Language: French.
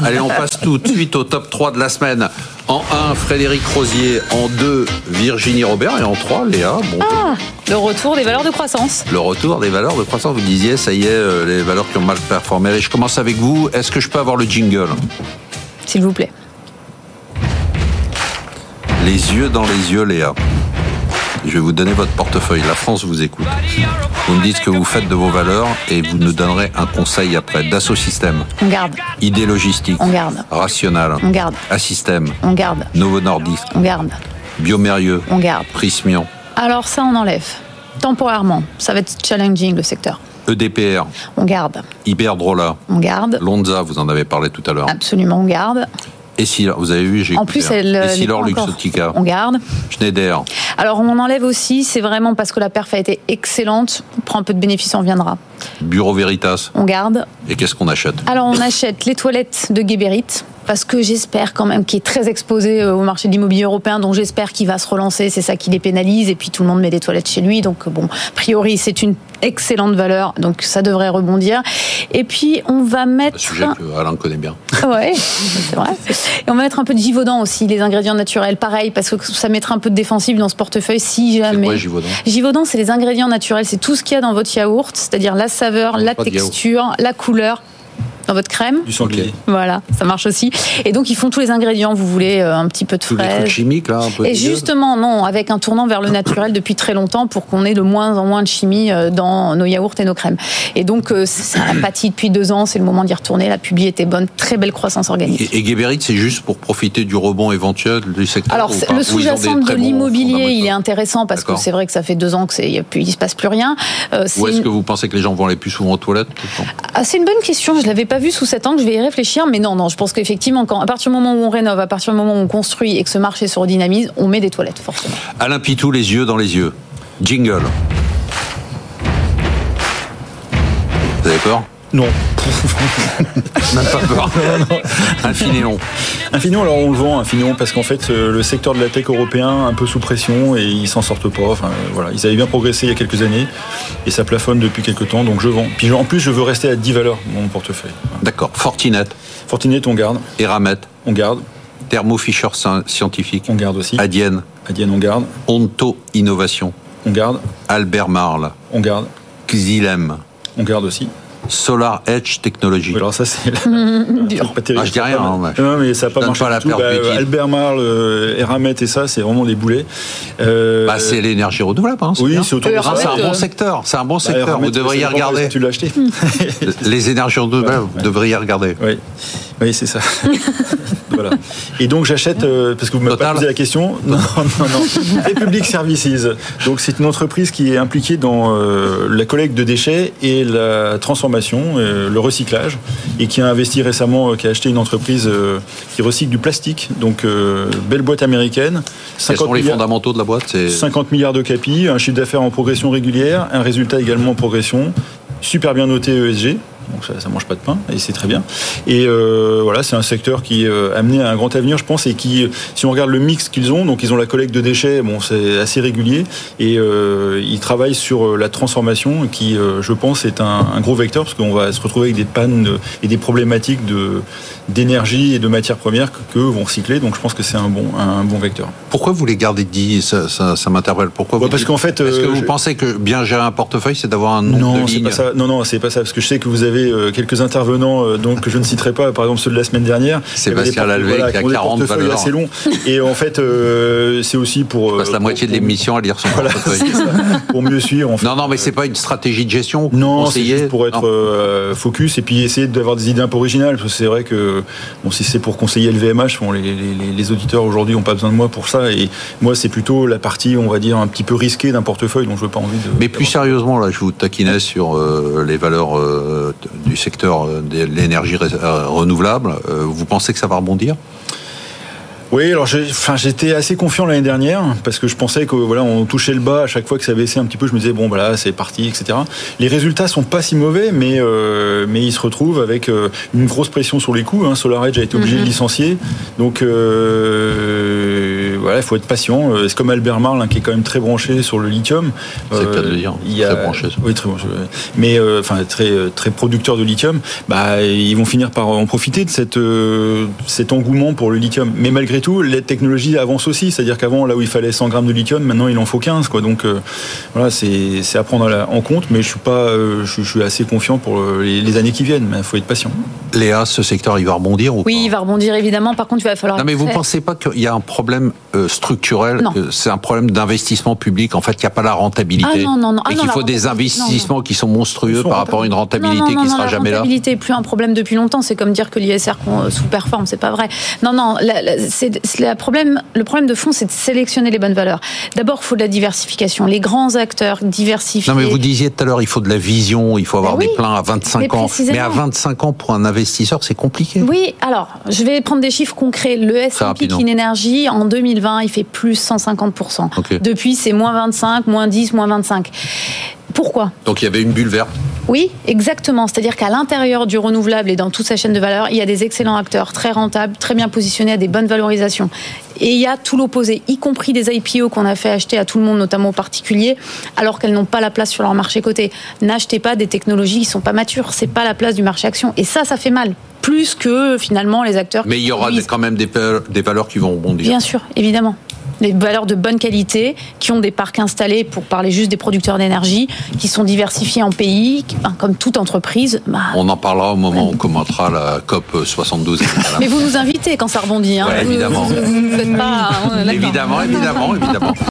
Allez, on passe tout de suite au top 3 de la semaine. En 1, Frédéric Rosier. En 2, Virginie Robert. Et en 3, Léa. Le retour des valeurs de croissance. Le retour des valeurs de croissance. Vous disiez, ça y est, les valeurs qui ont mal performé. Allez, je commence avec vous. Est-ce que je peux avoir le jingle ? S'il vous plaît. Les yeux dans les yeux, Léa. Je vais vous donner votre portefeuille. La France vous écoute. Vous me dites ce que vous faites de vos valeurs et vous nous donnerez un conseil après. Dassault Systèmes. On garde. Idée Logistique. On garde. Rational. On garde. Assystem. On garde. Novo Nordisk. On garde. Biomérieux. On garde. Prismian. Alors ça, on enlève. Temporairement. Ça va être challenging, le secteur. EDPR. On garde. Iberdrola. On garde. Lonza, vous en avez parlé tout à l'heure. Absolument, on garde. Et si, vous avez vu, j'ai en plus, Essilor Luxottica. On garde. Schneider. Alors, on enlève aussi, c'est vraiment parce que la perf a été excellente. On prend un peu de bénéfice, on reviendra. Bureau Veritas. On garde. Et qu'est-ce qu'on achète ? Alors, on achète les toilettes de Geberit, parce que j'espère quand même qu'il est très exposé au marché de l'immobilier européen, donc j'espère qu'il va se relancer, c'est ça qui les pénalise, et puis tout le monde met des toilettes chez lui, donc bon, a priori, c'est une excellente valeur, donc ça devrait rebondir. Et puis, on va mettre... Un sujet que Alain connaît bien. Ouais, c'est vrai. Et on va mettre un peu de Givaudan aussi, les ingrédients naturels, pareil, parce que ça mettra un peu de défensif dans ce portefeuille si jamais... C'est quoi Givaudan ? Givaudan, c'est les ingrédients naturels, c'est tout ce qu'il y a dans votre yaourt, c'est-à-dire la saveur, la texture, la couleur, dans votre crème. Du sanglier. Voilà, ça marche aussi. Et donc, ils font tous les ingrédients. Vous voulez un petit peu de fraises. Tous les trucs chimiques, là, un peu. Et justement, non, avec un tournant vers le naturel depuis très longtemps pour qu'on ait de moins en moins de chimie dans nos yaourts et nos crèmes. Et donc, ça a pâti depuis 2 ans. C'est le moment d'y retourner. La publi était bonne. Très belle croissance organique. Et Geberit, c'est juste pour profiter du rebond éventuel du secteur. Alors, le sous-jacent de l'immobilier, il est intéressant parce que c'est vrai que ça fait 2 ans que il se passe plus rien. Ou est-ce que vous pensez que les gens vont aller plus souvent aux toilettes tout le temps ? C'est une bonne question. Je l'avais pas vu sous cet angle. Je vais y réfléchir, mais non, je pense qu'effectivement, à partir du moment où on rénove, à partir du moment où on construit et que ce marché se redynamise, on met des toilettes, forcément. Alain Pitou, les yeux dans les yeux. Jingle. Vous avez peur ? Non. Même pas peur. Non. Infineon. Infineon, alors on le vend, Infineon, parce qu'en fait, le secteur de la tech européen, un peu sous pression, et ils s'en sortent pas. Enfin, voilà. Ils avaient bien progressé il y a quelques années, et ça plafonne depuis quelques temps, donc je vends. Puis en plus, je veux rester à 10 valeurs, mon portefeuille. D'accord. Fortinet. Fortinet, on garde. Eramet. On garde. Thermo Fisher Scientific. On garde aussi. Adyen. Adyen, on garde. Onto Innovation. On garde. Albert Marle. On garde. Xylem. On garde aussi. Solar Edge Technology. Oui, alors ça c'est dur. Pas terrible. Je dis rien. Non, mais ça n'a pas marché du tout. Albert Marle, Eramet et ça, c'est vraiment des boulets. C'est l'énergie renouvelable. Oui, c'est autour de ça. C'est un bon secteur. C'est un bon secteur. Vous devriez regarder. Tu l'as acheté. Les énergies renouvelables, vous devriez regarder. Oui, c'est ça. Voilà. Et donc j'achète, parce que vous ne m'avez pas posé la question. Non. Republic Services. Donc c'est une entreprise qui est impliquée dans la collecte de déchets et la transformation, le recyclage, et qui a investi récemment, qui a acheté une entreprise qui recycle du plastique. Donc belle boîte américaine. Quels sont les fondamentaux de la boîte ? 50 milliards de capi, un chiffre d'affaires en progression régulière, un résultat également en progression, super bien noté ESG. Donc ça mange pas de pain et c'est très bien. Et voilà, c'est un secteur qui est amené à un grand avenir, je pense, et qui, si on regarde le mix qu'ils ont, donc ils ont la collecte de déchets, bon, c'est assez régulier, et ils travaillent sur la transformation, qui, je pense, est un gros vecteur, parce qu'on va se retrouver avec des pannes et des problématiques d'énergie et de matières premières que vont recycler. Donc je pense que c'est un bon vecteur. Pourquoi vous les gardez 10 ? Ça m'interpelle. Pourquoi parce qu'en fait, est-ce que vous pensez que bien gérer un portefeuille, c'est d'avoir un nombre de lignes ? Non, c'est pas ça, parce que je sais que vous avez quelques intervenants donc que je ne citerai pas, par exemple ceux de la semaine dernière. Sébastien Lalvé qui a 40 valeurs. Assez long. Et en fait, c'est aussi pour... passe la moitié de l'émission à lire son portefeuille. Pour mieux suivre. En fait. Non, mais c'est pas une stratégie de gestion. Non, c'est juste pour être focus et puis essayer d'avoir des idées un peu originales. Parce que c'est vrai que si c'est pour conseiller le VMH, les auditeurs aujourd'hui n'ont pas besoin de moi pour ça. Et moi, c'est plutôt la partie, on va dire, un petit peu risquée d'un portefeuille dont je n'ai pas envie de... Mais plus sérieusement, là, je vous taquinais sur les valeurs du secteur de l'énergie renouvelable. Vous pensez que ça va rebondir ? Oui, alors j'étais assez confiant l'année dernière parce que je pensais que on touchait le bas à chaque fois que ça baissait un petit peu. Je me disais c'est parti, etc. Les résultats sont pas si mauvais, mais ils se retrouvent avec une grosse pression sur les coûts. SolarEdge a été obligé de licencier, donc voilà, il faut être patient. C'est comme Albert Marle, qui est quand même très branché sur le lithium. C'est le cas de le dire. Très branché. Oui, très branché. Mais très producteur de lithium. Ils vont finir par en profiter de cet engouement pour le lithium. Mais malgré tout, les technologies avancent aussi. C'est-à-dire qu'avant, là où il fallait 100 grammes de lithium, maintenant il en faut 15. Donc voilà, c'est à prendre en compte. Mais je suis assez confiant pour les années qui viennent. Mais il faut être patient. Léa, ce secteur, il va rebondir ou pas ? Oui, il va rebondir évidemment. Par contre, il va falloir. Non, mais vous ne pensez pas qu'il y a un problème structurel ? Non. C'est un problème d'investissement public. En fait, il n'y a pas la rentabilité. Non. Et qu'il faut des investissements qui sont monstrueux par rapport à une rentabilité qui ne sera jamais là. La rentabilité n'est plus un problème depuis longtemps. C'est comme dire que l'ISR sous-performe. C'est pas vrai. Non. Le problème de fond, c'est de sélectionner les bonnes valeurs. D'abord, il faut de la diversification. Les grands acteurs diversifiés. Non, mais vous disiez tout à l'heure, il faut de la vision. Il faut avoir des plans à 25 ans. Mais à 25 ans, pour un investisseur, c'est compliqué. Oui, alors, je vais prendre des chiffres concrets. Le S&P Clean Energy, en 2020, il fait plus 150%. Okay. Depuis, c'est moins 25, moins 10, moins 25. Pourquoi ? Donc, il y avait une bulle verte. Oui, exactement. C'est-à-dire qu'à l'intérieur du renouvelable et dans toute sa chaîne de valeur, il y a des excellents acteurs, très rentables, très bien positionnés, à des bonnes valorisations. Et il y a tout l'opposé, y compris des IPO qu'on a fait acheter à tout le monde, notamment aux particuliers, alors qu'elles n'ont pas la place sur leur marché coté. N'achetez pas des technologies qui ne sont pas matures. C'est pas la place du marché action. Et ça fait mal. Plus que, finalement, les acteurs... Mais il y aura quand même des valeurs qui vont rebondir. Bien sûr, évidemment. Des valeurs de bonne qualité, qui ont des parcs installés, pour parler juste des producteurs d'énergie, qui sont diversifiés en pays, comme toute entreprise. On en parlera au moment où on commentera la COP 72. Mais vous nous invitez quand ça rebondit. Ouais, évidemment. Vous ne faites pas... Évidemment.